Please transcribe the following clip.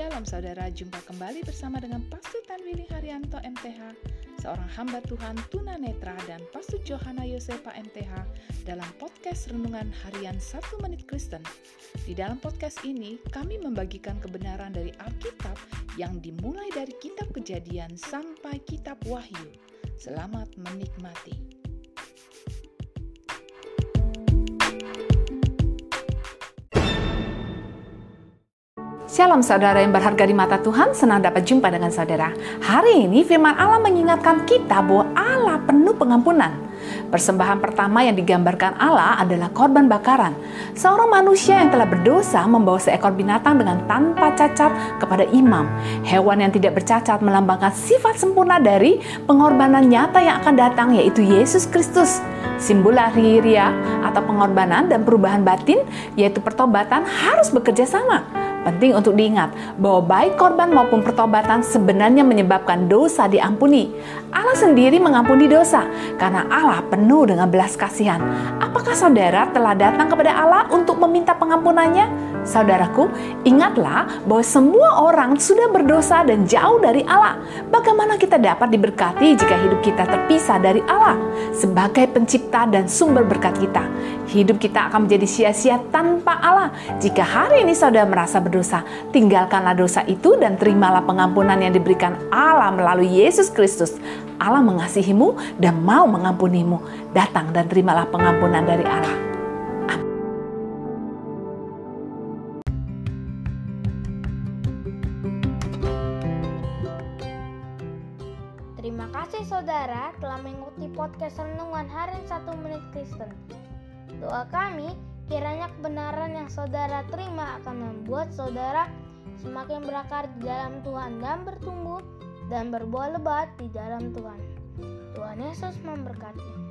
Shalom saudara, jumpa kembali bersama dengan Pastor Tanwili Haryanto MTH, seorang hamba Tuhan tunanetra, dan Pastor Johana Yosepa MTH dalam podcast Renungan Harian 1 Menit Kristen. Di dalam podcast ini, kami membagikan kebenaran dari Alkitab yang dimulai dari kitab Kejadian sampai kitab Wahyu. Selamat menikmati. Shalom saudara yang berharga di mata Tuhan, senang dapat jumpa dengan saudara. Hari ini firman Allah mengingatkan kita bahwa Allah penuh pengampunan. Persembahan pertama yang digambarkan Allah adalah korban bakaran. Seorang manusia yang telah berdosa membawa seekor binatang dengan tanpa cacat kepada imam. Hewan yang tidak bercacat melambangkan sifat sempurna dari pengorbanan nyata yang akan datang, yaitu Yesus Kristus. Simbol lahiriah atau pengorbanan dan perubahan batin, yaitu pertobatan, harus bekerja sama. Penting untuk diingat bahwa baik korban maupun pertobatan sebenarnya menyebabkan dosa diampuni. Allah sendiri mengampuni dosa karena Allah penuh dengan belas kasihan. Apakah saudara telah datang kepada Allah untuk meminta pengampunannya? Saudaraku, ingatlah bahwa semua orang sudah berdosa dan jauh dari Allah. Bagaimana kita dapat diberkati jika hidup kita terpisah dari Allah sebagai pencipta dan sumber berkat kita? Hidup kita akan menjadi sia-sia tanpa Allah. Jika hari ini saudara merasa berdosa, tinggalkanlah dosa itu dan terimalah pengampunan yang diberikan Allah melalui Yesus Kristus. Allah mengasihimu dan mau mengampunimu. Datang dan terimalah pengampunan dari Allah. Terima kasih saudara telah mengikuti podcast Renungan Harian 1 Menit Kristen. Doa kami, kiranya kebenaran yang saudara terima akan membuat saudara semakin berakar di dalam Tuhan dan bertumbuh dan berbuah lebat di dalam Tuhan. Tuhan Yesus memberkati.